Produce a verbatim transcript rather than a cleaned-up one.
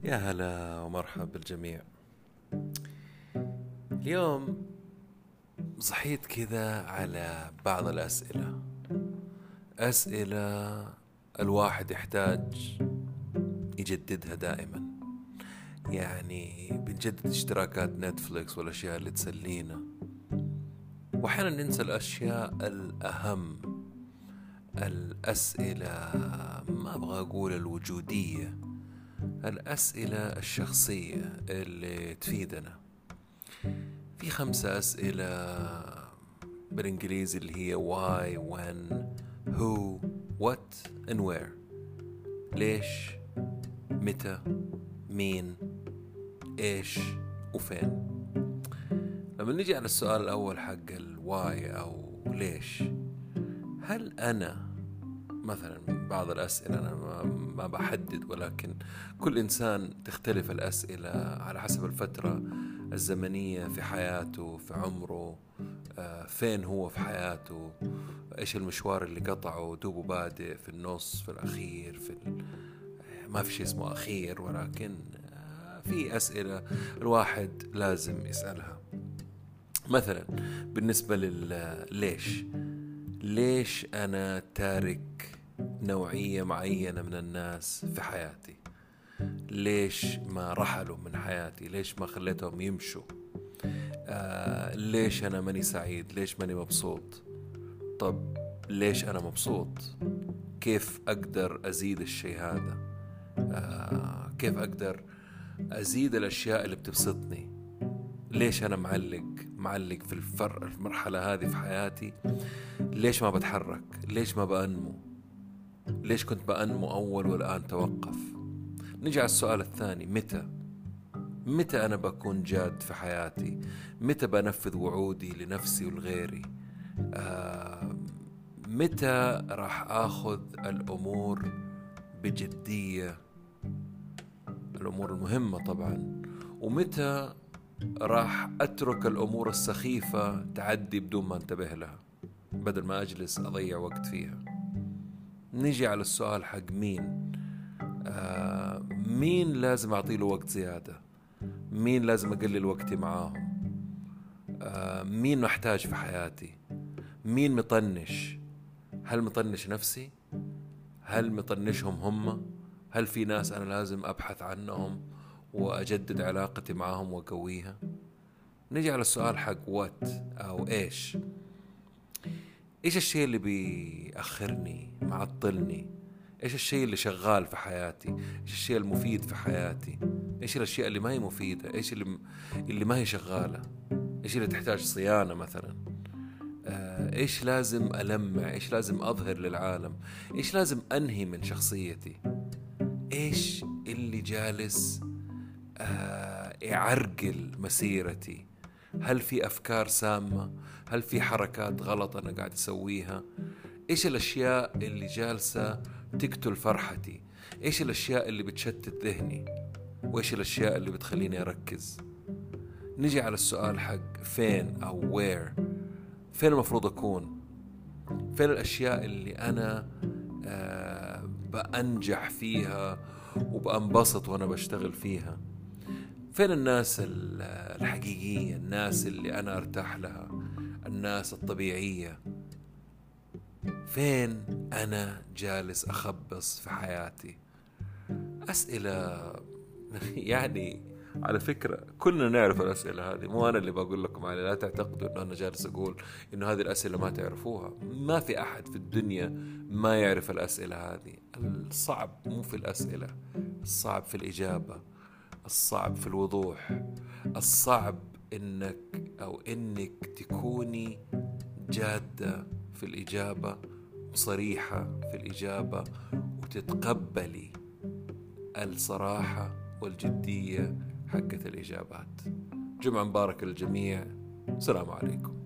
يا هلا ومرحبا بالجميع. اليوم صحيت كذا على بعض الأسئلة أسئلة الواحد يحتاج يجددها دائما. يعني بنجدد اشتراكات نتفليكس والأشياء اللي تسلينا، وأحيانا ننسى الأشياء الأهم، الأسئلة ما أبغى أقول الوجودية، الأسئلة الشخصية اللي تفيدنا. في خمسة أسئلة بالإنجليزي اللي هي why, when, who, what and where. ليش، متى، مين، إيش وفين. لما نجي على السؤال الأول حق الواي أو ليش، هل أنا مثلا بعض الأسئلة أنا ما, ما بحدد، ولكن كل إنسان تختلف الأسئلة على حسب الفترة الزمنية في حياته، في عمره، آه فين هو في حياته، إيش المشوار اللي قطعه، دوبه بادئ، في النص، في الأخير، في ال... ما في شيء اسمه أخير، ولكن آه في أسئلة الواحد لازم يسألها. مثلا بالنسبة لليش، ليش أنا تارك نوعية معينة من الناس في حياتي؟ ليش ما رحلوا من حياتي؟ ليش ما خليتهم يمشوا؟ آه ليش أنا ماني سعيد؟ ليش ماني مبسوط؟ طب ليش أنا مبسوط؟ كيف أقدر أزيد الشيء هذا؟ آه كيف أقدر أزيد الأشياء اللي بتبسطني؟ ليش أنا معلق معلق في الفر المرحلة هذه في حياتي؟ ليش ما بتحرك؟ ليش ما بأنمو؟ ليش كنت بأنمو أول والآن توقف؟ نجي على السؤال الثاني، متى؟ متى أنا بكون جاد في حياتي؟ متى بنفذ وعودي لنفسي ولغيري؟ آه متى راح آخذ الأمور بجدية، الأمور المهمة طبعا، ومتى راح أترك الأمور السخيفة تعدي بدون ما انتبه لها، بدل ما أجلس أضيع وقت فيها. نيجي على السؤال حق مين. آه مين لازم أعطيله وقت زيادة؟ مين لازم أقلل وقتي معاهم؟ آه مين محتاج في حياتي؟ مين مطنش؟ هل مطنش نفسي؟ هل مطنشهم هم؟ هل في ناس أنا لازم أبحث عنهم وأجدد علاقتي معاهم وأقويها؟ نيجي على السؤال حق what أو إيش. إيش الشيء اللي بيأخرني، معطلني؟ إيش الشيء اللي شغال في حياتي؟ إيش الشيء المفيد في حياتي؟ إيش الأشياء اللي ما هي مفيدة؟ إيش اللي, م... اللي ما هي شغالة؟ إيش اللي تحتاج صيانة مثلا؟ آه، إيش لازم ألمع؟ إيش لازم أظهر للعالم؟ إيش لازم أنهي من شخصيتي؟ إيش اللي جالس آه، يعرقل مسيرتي؟ هل في أفكار سامة؟ هل في حركات غلط أنا قاعد أسويها؟ إيش الأشياء اللي جالسة تقتل فرحتي؟ إيش الأشياء اللي بتشتت ذهني؟ وإيش الأشياء اللي بتخليني أركز؟ نجي على السؤال حق فين أو where. فين المفروض أكون؟ فين الأشياء اللي أنا آه بأنجح فيها وبأنبسط وأنا بشتغل فيها؟ فين الناس الحقيقية، الناس اللي أنا أرتاح لها، الناس الطبيعية؟ فين أنا جالس أخبص في حياتي؟ أسئلة يعني على فكرة كلنا نعرف الأسئلة هذه، مو أنا اللي بقول لكم عليها، لا تعتقدوا أنه أنا جالس أقول إنه هذه الأسئلة ما تعرفوها. ما في أحد في الدنيا ما يعرف الأسئلة هذه. الصعب مو في الأسئلة، الصعب في الإجابة، الصعب في الوضوح، الصعب إنك أو إنك تكوني جادة في الإجابة وصريحة في الإجابة وتتقبلي الصراحة والجدية حقة الإجابات. جمعة مباركة للجميع. السلام عليكم.